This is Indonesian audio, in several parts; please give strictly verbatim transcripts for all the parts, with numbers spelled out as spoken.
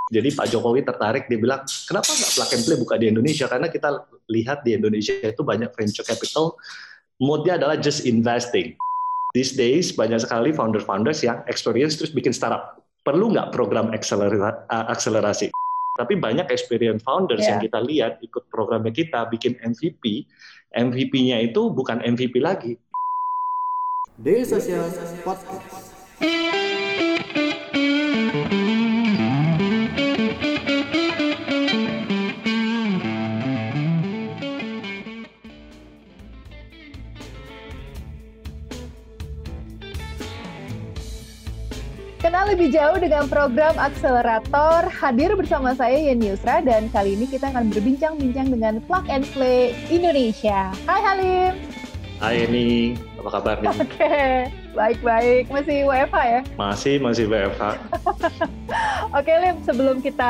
Jadi Pak Jokowi tertarik, dia bilang, kenapa nggak plug and play buka di Indonesia? Karena kita lihat di Indonesia itu banyak venture capital, mode-nya adalah just investing. These days banyak sekali founder-founders yang experience terus bikin startup. Perlu nggak program akselerasi? akselerasi? Tapi banyak experience founders yeah. yang kita lihat ikut programnya kita, bikin M V P. M V P-nya itu bukan M V P lagi. Daily Social Podcast. Kenal lebih jauh dengan program Akselerator, hadir bersama saya Yeni Yusra, dan kali ini kita akan berbincang-bincang dengan Plug and Play Indonesia. Hai Halim. Hai Yeni, apa kabar nih? Oke, okay. Baik-baik. Masih W F H ya? Masih, masih W F H. Oke okay, Lim, sebelum kita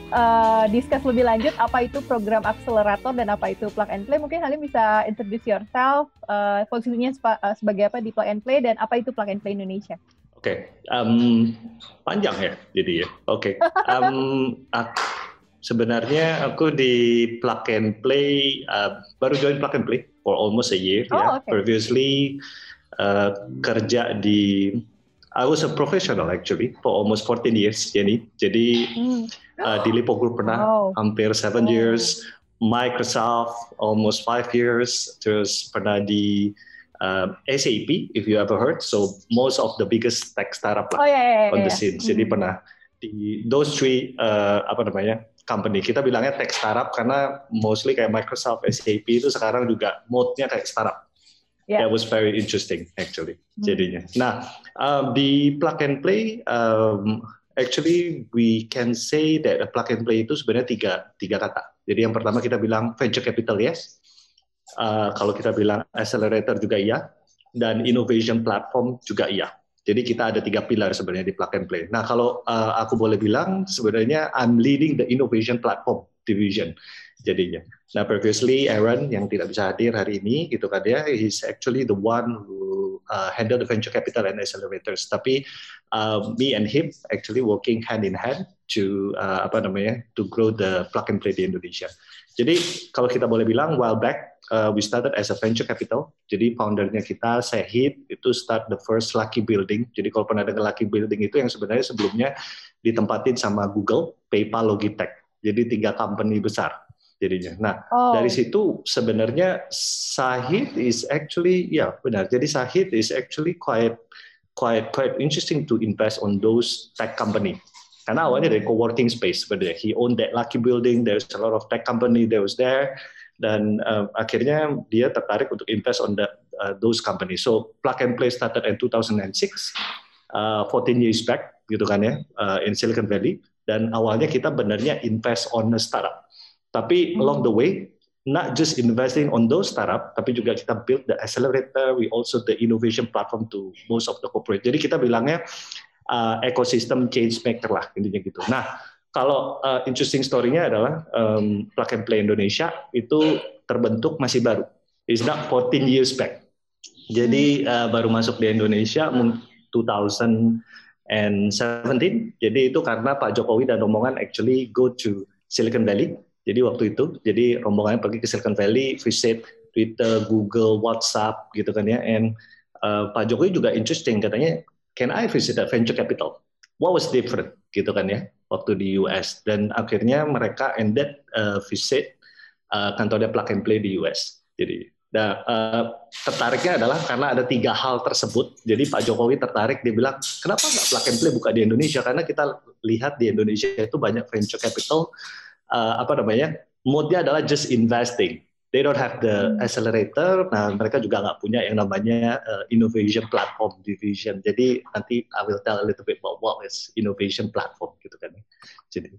uh, discuss lebih lanjut apa itu program Akselerator dan apa itu Plug and Play, mungkin Halim bisa introduce yourself, uh, posisinya spa, uh, sebagai apa di Plug and Play dan apa itu Plug and Play Indonesia? Oke, okay. um, panjang ya jadi ya. Oke, okay. um, aku, sebenarnya aku di Plug and Play uh, baru join Plug and Play for almost a year oh, ya. Okay. Previously uh, kerja di, I was a professional actually for almost fourteen years. Jadi, jadi hmm. uh, di Lipo Group pernah oh. hampir seven oh. years, Microsoft almost five years, terus pernah di Uh, S A P, if you ever heard, so most of the biggest tech startup lah oh, yeah, yeah, on the yeah. scene. Jadi hmm. pernah di those three uh, apa namanya company. Kita bilangnya tech startup karena mostly kayak Microsoft, S A P itu sekarang juga mode-nya kayak startup. Yeah. That was very interesting actually. Hmm. Jadinya. Nah uh, di Plug and Play, um, actually we can say that a Plug and Play itu sebenarnya tiga tiga kata. Jadi yang pertama kita bilang venture capital, yes. Uh, kalau kita bilang accelerator juga iya, dan innovation platform juga iya. Jadi kita ada tiga pilar sebenarnya di Plug and Play. Nah kalau uh, aku boleh bilang sebenarnya I'm leading the innovation platform division jadinya. Nah previously Aaron yang tidak bisa hadir hari ini gitu kan ya, he's actually the one who uh, handle the venture capital and accelerators. Tapi uh, me and him actually working hand in hand to uh, apa namanya to grow the Plug and Play di Indonesia. Jadi kalau kita boleh bilang, while back uh, we started as a venture capital. Jadi foundernya kita, Sehid, itu start the first Lucky Building. Jadi kalau pernah dengar Lucky Building itu yang sebenarnya sebelumnya ditempatin sama Google, PayPal, Logitech. Jadi tiga company besar jadinya. Nah oh. dari situ sebenarnya Sahid is actually, ya benar. Jadi Sahid is actually quite quite quite interesting to invest on those tech company. Karena awalnya dari co-working space sebenarnya. He owned that Lucky Building, there's a lot of tech company that was there, dan uh, akhirnya dia tertarik untuk invest on the, uh, those companies. So Plug and Play started in two thousand six, uh, fourteen years back, gitu kan ya, uh, in Silicon Valley. Dan awalnya kita benernya invest on a startup. Tapi along the way, not just investing on those startup, tapi juga kita build the accelerator, we also the innovation platform to most of the corporate. Jadi kita bilangnya Uh, ekosistem change maker lah intinya gitu. Nah kalau uh, interesting story-nya adalah um, Plug and Play Indonesia itu terbentuk masih baru. It's not fourteen years back. Jadi uh, baru masuk di Indonesia two thousand seventeen. Jadi itu karena Pak Jokowi dan rombongan actually go to Silicon Valley. Jadi waktu itu, jadi rombongannya pergi ke Silicon Valley, visit Twitter, Google, WhatsApp gitu kan ya. And uh, Pak Jokowi juga interesting katanya, can I visit that venture capital? What was different gitu kan ya waktu di U S, dan akhirnya mereka ended uh, visit uh, kantornya Plug and Play di U S. Jadi nah, uh, tertariknya adalah karena ada tiga hal tersebut. Jadi Pak Jokowi tertarik, dia bilang kenapa nggak Plug and Play buka di Indonesia? Karena kita lihat di Indonesia itu banyak venture capital uh, apa namanya mode-nya adalah just investing. They don't have the accelerator. Nah, mereka juga nggak punya yang namanya uh, innovation platform division. Jadi nanti I will tell a little bit about what is innovation platform gitu kan. Jadi.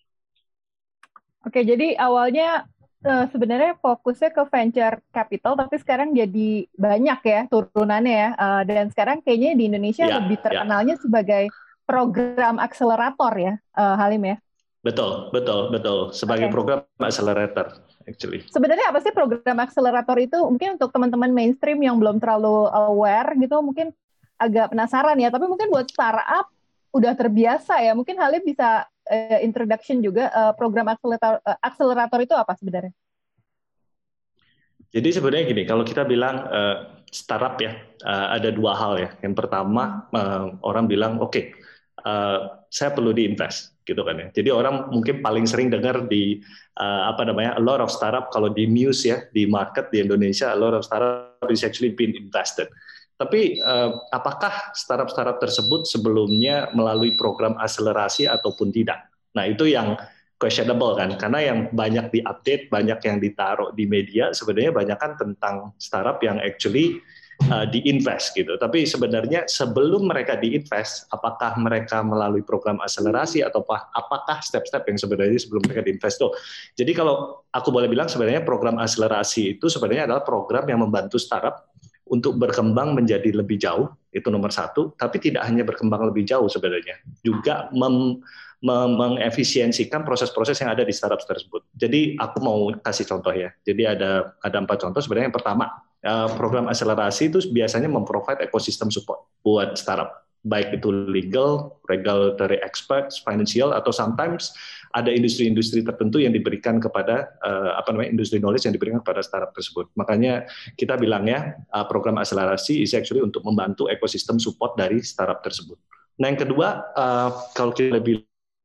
Oke, jadi awalnya uh, sebenarnya fokusnya ke venture capital, tapi sekarang jadi banyak ya turunannya ya. Uh, dan sekarang kayaknya di Indonesia yeah, lebih terkenalnya yeah. sebagai program akselerator ya, uh, Halim ya. Betul, betul, betul. Sebagai okay. program accelerator. Actually. Sebenarnya apa sih program akselerator itu? Mungkin untuk teman-teman mainstream yang belum terlalu aware gitu, mungkin agak penasaran ya. Tapi mungkin buat startup udah terbiasa ya. Mungkin Halim bisa uh, introduction juga, uh, program akselerator, uh, akselerator itu apa sebenarnya? Jadi sebenarnya gini, kalau kita bilang uh, startup ya, uh, ada dua hal ya. Yang pertama, uh, orang bilang, oke, okay, uh, saya perlu diinvest, gitu kan ya. Jadi orang mungkin paling sering dengar di uh, apa namanya, a lot of startup kalau di news ya, di market di Indonesia, a lot of startup is actually been invested. Tapi uh, apakah startup-startup tersebut sebelumnya melalui program akselerasi ataupun tidak? Nah itu yang questionable kan, karena yang banyak diupdate, banyak yang ditaruh di media, sebenarnya banyak kan tentang startup yang actually uh, diinvest gitu. Tapi sebenarnya sebelum mereka diinvest, apakah mereka melalui program akselerasi atau apakah step-step yang sebenarnya sebelum mereka diinvest tuh. Jadi kalau aku boleh bilang sebenarnya program akselerasi itu sebenarnya adalah program yang membantu startup untuk berkembang menjadi lebih jauh, itu nomor satu. Tapi tidak hanya berkembang lebih jauh sebenarnya, juga mem mengefisiensikan proses-proses yang ada di startup tersebut. Jadi aku mau kasih contoh ya. Jadi ada ada empat contoh sebenarnya. Yang pertama, program akselerasi itu biasanya memprovide ekosistem support buat startup, baik itu legal, regulatory experts, financial, atau sometimes ada industri-industri tertentu yang diberikan kepada uh, apa namanya industri knowledge yang diberikan kepada startup tersebut. Makanya kita bilangnya uh, program akselerasi is actually untuk membantu ekosistem support dari startup tersebut. Nah yang kedua, uh, kalau kita lebih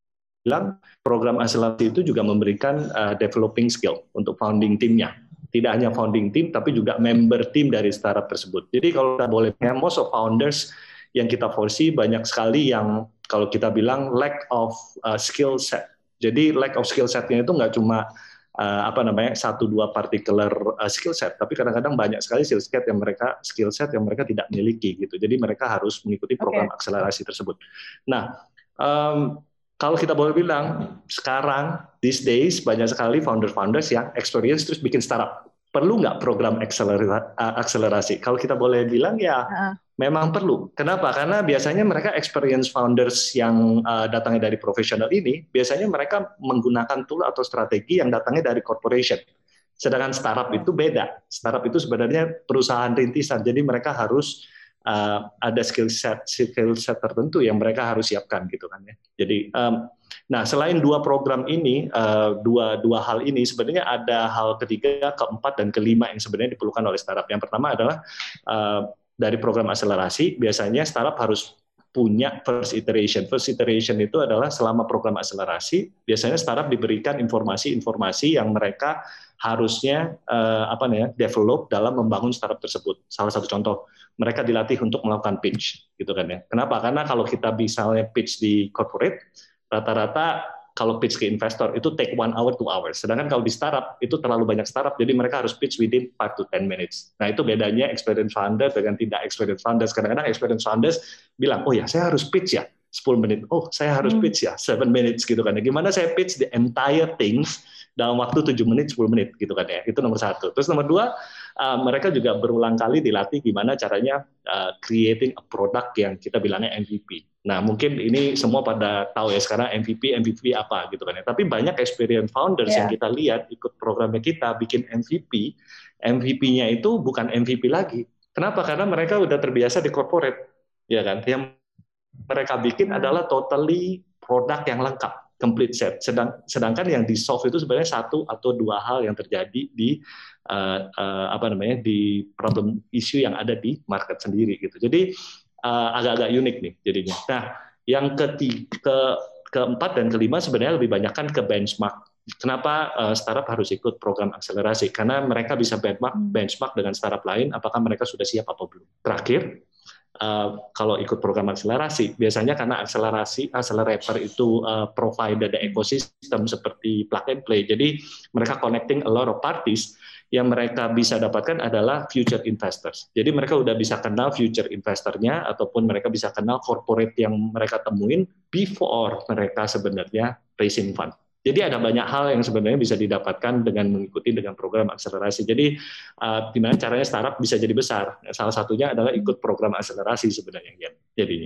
bilang program akselerasi itu juga memberikan uh, developing skill untuk founding teamnya. Tidak hanya founding team, tapi juga member team dari startup tersebut. Jadi kalau kita boleh, most of founders yang kita foresee banyak sekali yang kalau kita bilang lack of uh, skill set. Jadi lack of skill setnya itu nggak cuma uh, apa namanya satu dua particular uh, skill set, tapi kadang-kadang banyak sekali skill set yang mereka skill set yang mereka tidak miliki gitu. Jadi mereka harus mengikuti program okay. akselerasi tersebut. Nah. Um, Kalau kita boleh bilang, sekarang, these days, banyak sekali founder-founders yang experience terus bikin startup. Perlu nggak program akselerasi? Kalau kita boleh bilang, ya uh-huh. memang perlu. Kenapa? Karena biasanya mereka experience founders yang uh, datangnya dari profesional ini, biasanya mereka menggunakan tool atau strategi yang datangnya dari corporation. Sedangkan startup itu beda. Startup itu sebenarnya perusahaan rintisan, jadi mereka harus Uh, ada skill set skill set tertentu yang mereka harus siapkan gitu kan ya. Jadi, um, nah selain dua program ini, uh, dua dua hal ini sebenarnya ada hal ketiga, keempat dan kelima yang sebenarnya diperlukan oleh startup. Yang pertama adalah uh, dari program akselerasi biasanya startup harus punya first iteration. First iteration itu adalah selama program akselerasi biasanya startup diberikan informasi-informasi yang mereka harusnya uh, apa namanya develop dalam membangun startup tersebut. Salah satu contoh, mereka dilatih untuk melakukan pitch, gitu kan ya. Kenapa? Karena kalau kita misalnya pitch di corporate, rata-rata kalau pitch ke investor itu take one hour two hours. Sedangkan kalau di startup itu terlalu banyak startup, jadi mereka harus pitch within five to ten minutes. Nah itu bedanya experience founder dengan tidak experience founders. Kadang-kadang experience founders bilang, oh ya saya harus pitch ya sepuluh menit. Oh saya harus hmm. pitch ya seven minutes gitu kan ya. Gimana saya pitch the entire things dalam waktu tujuh menit, sepuluh menit gitu kan ya. Itu nomor satu. Terus nomor dua, uh, mereka juga berulang kali dilatih gimana caranya uh, creating a product yang kita bilangnya M V P. Nah, mungkin ini semua pada tahu ya sekarang M V P, M V P apa gitu kan ya. Tapi banyak experience founders yeah. yang kita lihat ikut programnya kita bikin M V P, M V P-nya itu bukan M V P lagi. Kenapa? Karena mereka udah terbiasa di corporate, ya kan. Yang mereka bikin adalah totally produk yang lengkap, complete set. Sedang, sedangkan yang di solve itu sebenarnya satu atau dua hal yang terjadi di uh, uh, apa namanya di problem issue yang ada di market sendiri gitu. Jadi uh, agak-agak unik nih jadinya. Nah, yang ketiga, ke, keempat dan kelima sebenarnya lebih banyak kan ke benchmark. Kenapa uh, startup harus ikut program akselerasi? Karena mereka bisa benchmark, benchmark dengan startup lain. Apakah mereka sudah siap atau belum? Terakhir. Uh, kalau ikut program akselerasi, biasanya karena akselerasi, accelerator itu uh, provide the ecosystem seperti plug and play, jadi mereka connecting a lot of parties, yang mereka bisa dapatkan adalah future investors. Jadi mereka udah bisa kenal future investornya, ataupun mereka bisa kenal corporate yang mereka temuin before mereka sebenarnya raising fund. Jadi ada banyak hal yang sebenarnya bisa didapatkan dengan mengikuti dengan program akselerasi. Jadi uh, gimana caranya startup bisa jadi besar? Salah satunya adalah ikut program akselerasi sebenarnya ya. Jadinya.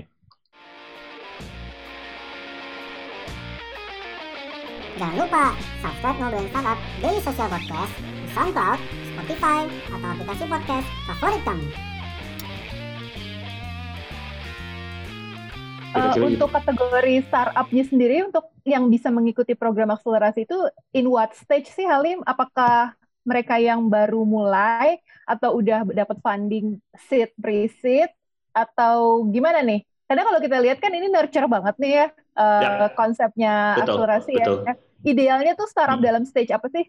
Jangan lupa subscribe Ngobrolin Startup Daily Social Podcast di SoundCloud, Spotify, atau aplikasi podcast favorit kamu. Uh, untuk kategori startupnya sendiri, untuk yang bisa mengikuti program akselerasi itu in what stage sih Halim? Apakah mereka yang baru mulai atau udah dapat funding seed, pre-seed, atau gimana nih? Karena kalau kita lihat kan ini nurture banget nih ya, uh, ya. konsepnya betul, akselerasi betul. ya. Idealnya tuh startup hmm. dalam stage apa sih?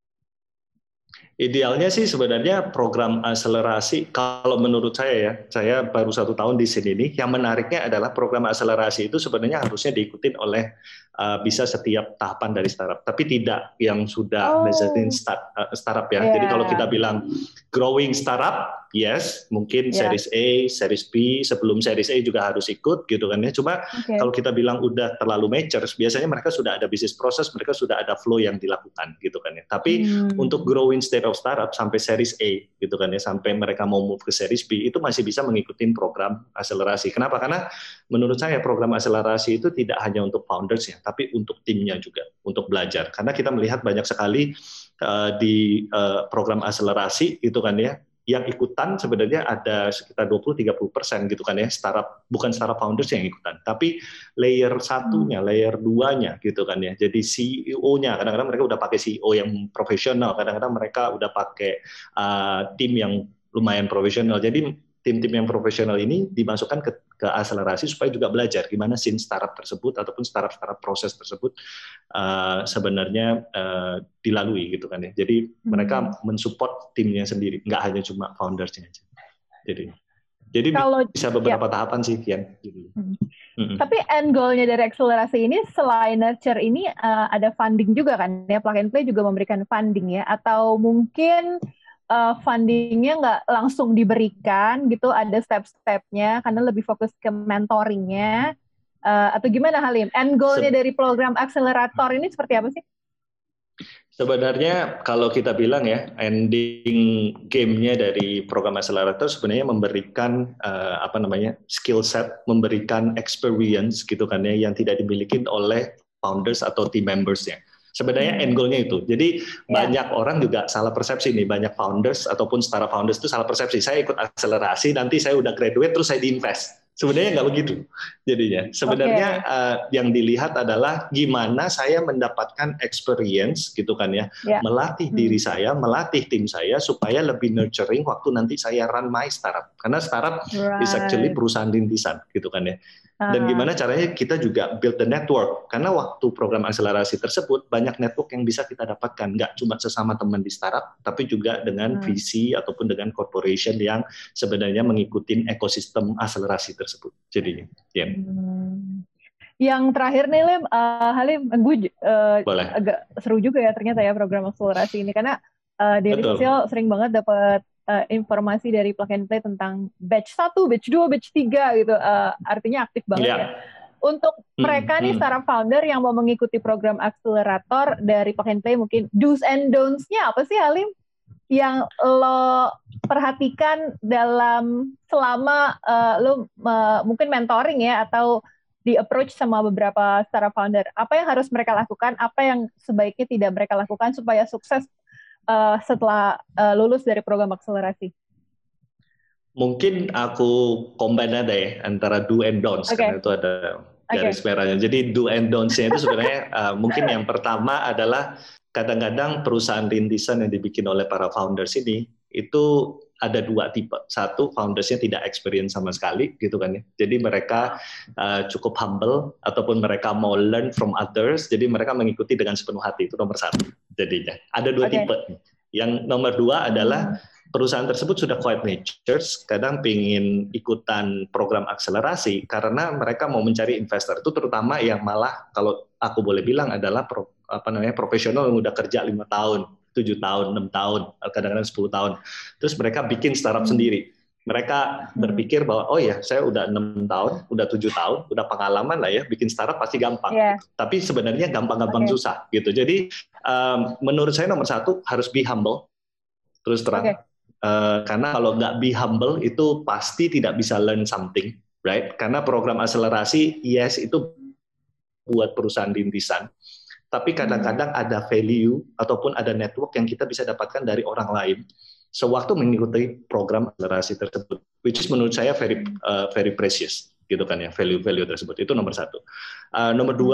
Idealnya sih sebenarnya program akselerasi, kalau menurut saya ya, saya baru satu tahun di sini nih, yang menariknya adalah program akselerasi itu sebenarnya harusnya diikutin oleh uh, bisa setiap tahapan dari startup, tapi tidak yang sudah oh. mezzanine start, uh, startup ya. Yeah. Jadi kalau kita bilang growing startup, yes, mungkin yeah. series A, series B, sebelum series A juga harus ikut gitu kan ya. Cuma okay. kalau kita bilang udah terlalu mature, biasanya mereka sudah ada bisnis proses, mereka sudah ada flow yang dilakukan gitu kan ya. Tapi hmm. untuk growing state of startup sampai series A gitu kan ya, sampai mereka mau move ke series B itu masih bisa mengikuti program akselerasi. Kenapa? Karena menurut saya program akselerasi itu tidak hanya untuk founders ya, tapi untuk timnya juga, untuk belajar. Karena kita melihat banyak sekali uh, di uh, program akselerasi gitu kan ya, yang ikutan sebenarnya ada sekitar dua puluh sampai tiga puluh persen gitu kan ya, startup, bukan startup founders yang ikutan, tapi layer satunya, layer duanya gitu kan ya. Jadi C E O-nya, kadang-kadang mereka udah pakai C E O yang profesional, kadang-kadang mereka udah pakai uh, tim yang lumayan profesional. Jadi tim-tim yang profesional ini dimasukkan ke, ke akselerasi supaya juga belajar gimana scene startup tersebut ataupun startup-startup proses tersebut uh, sebenarnya uh, dilalui gitu kan ya. Jadi hmm. mereka mensupport timnya sendiri, nggak hanya cuma foundersnya aja. Jadi jadi Kalau, bisa beberapa ya. tahapan sih, Kian. Hmm. Hmm. Tapi end goal-nya dari akselerasi ini selain nurture ini uh, ada funding juga kan ya, Plug and Play juga memberikan funding ya, atau mungkin Uh, fundingnya nggak langsung diberikan gitu, ada step-stepnya karena lebih fokus ke mentoringnya, uh, atau gimana Halim? End goal-nya Se- dari program akselerator ini seperti apa sih? Sebenarnya kalau kita bilang ya, ending game-nya dari program akselerator sebenarnya memberikan uh, apa namanya skill set, memberikan experience gitu kan ya, yang tidak dimiliki oleh founders atau team members-nya. Sebenarnya end goal-nya itu. Jadi yeah. banyak orang juga salah persepsi nih, banyak founders ataupun startup founders itu salah persepsi. Saya ikut akselerasi, nanti saya udah graduate terus saya diinvest. Sebenarnya nggak begitu jadinya. Sebenarnya okay. uh, yang dilihat adalah gimana saya mendapatkan experience gitu kan ya, yeah. melatih hmm. diri saya, melatih tim saya supaya lebih nurturing waktu nanti saya run my startup. Karena startup right. is actually perusahaan rintisan gitu kan ya. Dan gimana caranya kita juga build the network. Karena waktu program akselerasi tersebut, banyak network yang bisa kita dapatkan. Nggak cuma sesama teman di startup, tapi juga dengan hmm. V C ataupun dengan corporation yang sebenarnya mengikuti ekosistem akselerasi tersebut. Jadinya, ya. Hmm. Yang terakhir nih, Lim, uh, Halim, gue uh, agak seru juga ya ternyata ya program akselerasi ini. Karena uh, dari Betul. sosial sering banget dapat Uh, informasi dari Plug and Play tentang batch satu, batch dua, batch tiga gitu. Uh, artinya aktif banget yeah. ya. Untuk hmm, mereka nih hmm. startup founder yang mau mengikuti program akselerator dari Plug and Play, mungkin do's and don'ts-nya apa sih Halim? Yang lo perhatikan dalam selama uh, lo uh, mungkin mentoring ya, atau di approach sama beberapa startup founder. Apa yang harus mereka lakukan, apa yang sebaiknya tidak mereka lakukan supaya sukses Uh, setelah uh, lulus dari program akselerasi? Mungkin aku combine ada ya antara do and don'ts, okay. karena itu ada garis okay. merahnya. Jadi do and don'ts-nya itu sebenarnya uh, mungkin yang pertama adalah kadang-kadang perusahaan rintisan yang dibikin oleh para founders ini itu ada dua tipe. Satu, foundersnya tidak experience sama sekali gitu kan ya. Jadi mereka uh, cukup humble ataupun mereka mau learn from others. Jadi mereka mengikuti dengan sepenuh hati, itu nomor satu. Jadinya ada dua okay. tipe. Yang nomor dua adalah perusahaan tersebut sudah quite mature, kadang pengen ikutan program akselerasi karena mereka mau mencari investor. Itu terutama yang malah kalau aku boleh bilang adalah pro, apa namanya profesional yang udah kerja lima tahun. tujuh tahun, enam tahun, kadang-kadang sepuluh tahun. Terus mereka bikin startup hmm. sendiri. Mereka hmm. berpikir bahwa, oh ya, saya udah enam tahun, udah tujuh tahun, udah pengalaman lah ya, bikin startup pasti gampang. Yeah. Tapi sebenarnya gampang-gampang okay. susah gitu. Jadi um, menurut saya nomor satu harus be humble, terus terang. Okay. Uh, karena kalau nggak be humble itu pasti tidak bisa learn something, right? Karena program akselerasi, yes itu buat perusahaan rintisan. Tapi kadang-kadang ada value ataupun ada network yang kita bisa dapatkan dari orang lain sewaktu mengikuti program akselerasi tersebut, which is menurut saya very uh, very precious gitu kan ya, value-value tersebut. Itu nomor satu. Uh, nomor dua,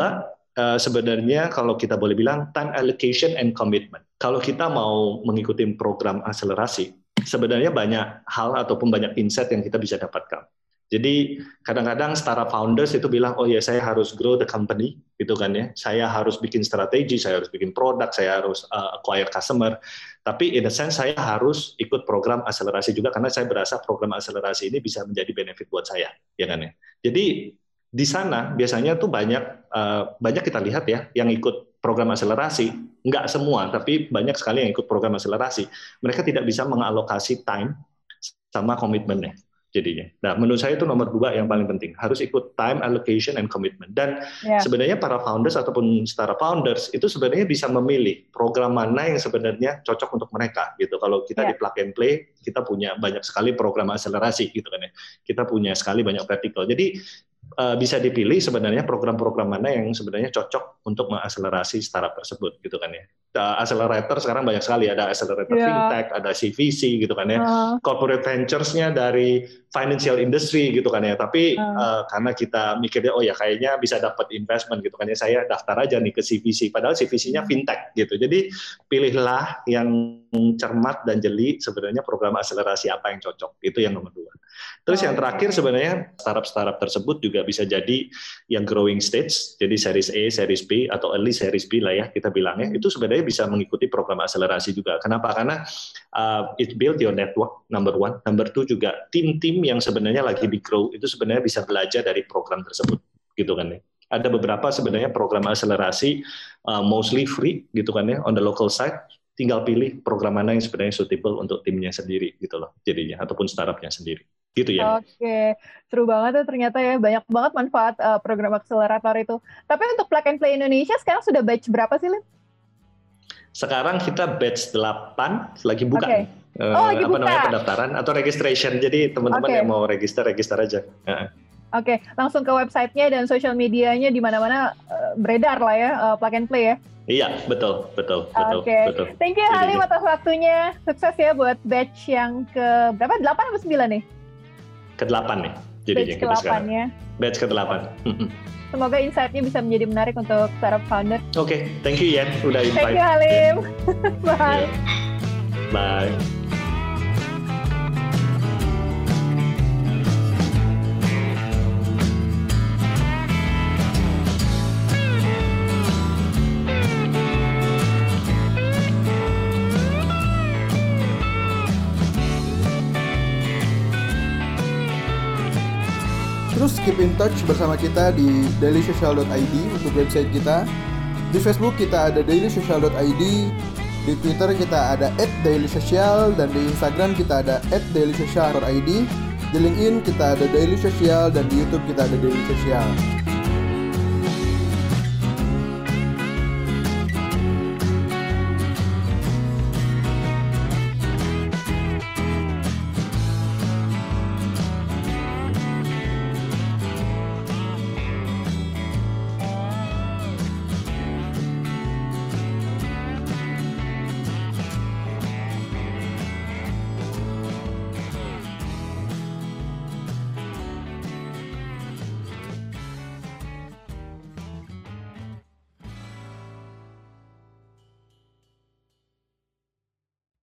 uh, sebenarnya kalau kita boleh bilang time allocation and commitment. Kalau kita mau mengikuti program akselerasi, sebenarnya banyak hal ataupun banyak insight yang kita bisa dapatkan. Jadi kadang-kadang startup founders itu bilang, oh ya saya harus grow the company, gitu kan ya. Saya harus bikin strategi, saya harus bikin produk, saya harus uh, acquire customer. Tapi in a sense saya harus ikut program akselerasi juga karena saya berasa program akselerasi ini bisa menjadi benefit buat saya, ya kan ya. Jadi di sana biasanya tuh banyak uh, banyak kita lihat ya yang ikut program akselerasi, nggak semua, tapi banyak sekali yang ikut program akselerasi. Mereka tidak bisa mengalokasi time sama komitmennya. Jadinya. Nah, menurut saya itu nomor dua yang paling penting. Harus ikut time allocation and commitment. Dan yeah. sebenarnya para founders ataupun startup founders itu sebenarnya bisa memilih program mana yang sebenarnya cocok untuk mereka. Gitu. Kalau kita yeah. di plug and play, kita punya banyak sekali program akselerasi, gitu kan ya. Kita punya sekali banyak vertical. Jadi uh, bisa dipilih sebenarnya program-program mana yang sebenarnya cocok untuk mengakselerasi startup tersebut, gitu kan ya. Uh, accelerator sekarang banyak sekali. Ada accelerator yeah. fintech, ada C V C, gitu kan ya. Uh. Corporate ventures-nya dari financial industry gitu kan ya, tapi hmm. uh, karena kita mikirnya oh ya kayaknya bisa dapat investment gitu kan ya, saya daftar aja nih ke C V C, padahal C V C-nya fintech gitu. Jadi pilihlah yang cermat dan jeli sebenarnya program akselerasi apa yang cocok, itu yang nomor dua. Terus oh, yang terakhir sebenarnya startup-startup tersebut juga bisa jadi yang growing stage, jadi series A, series B atau early series B lah ya kita bilangnya, itu sebenarnya bisa mengikuti program akselerasi juga. Kenapa? Karena uh, it build your network number one, number two juga tim-tim yang sebenarnya lagi di grow itu sebenarnya bisa belajar dari program tersebut, gitu kan ya. Ada beberapa sebenarnya program akselerasi uh, mostly free, gitu kan ya, on the local side. Tinggal pilih program mana yang sebenarnya suitable untuk timnya sendiri, gitu loh, jadinya ataupun startupnya sendiri, gitu ya. Oke, seru banget tuh ternyata ya, banyak banget manfaat uh, program akselerator itu. Tapi untuk Plug and Play Indonesia sekarang sudah batch berapa sih, Lim? Sekarang kita batch delapan lagi buka. Okay. Uh, oh, lagi apa buka. namanya pendaftaran atau registration. Jadi teman-teman okay. yang mau register register aja. Uh. Oke, okay. langsung ke websitenya dan social medianya di mana-mana uh, beredar lah ya, uh, Plug and Play ya. Iya, betul, betul, betul. Oke, okay. betul. Thank you Halim atas waktunya. Sukses ya buat batch yang ke berapa? delapan atau sembilan nih? Ke delapan nih. Jadinya batch ke delapan ya. Batch ke delapan. Semoga insight-nya bisa menjadi menarik untuk startup founder. Oke, okay. Thank you Yan, udah invite. Thank you Halim. Bye. Yeah. Bye. Terus keep in touch bersama kita di daily social dot i d untuk website kita. Di Facebook kita ada daily social dot i d, di Twitter kita ada at dailysocial, dan di Instagram kita ada at dailysocial dot i d. Di LinkedIn kita ada daily social, dan di YouTube kita ada daily social.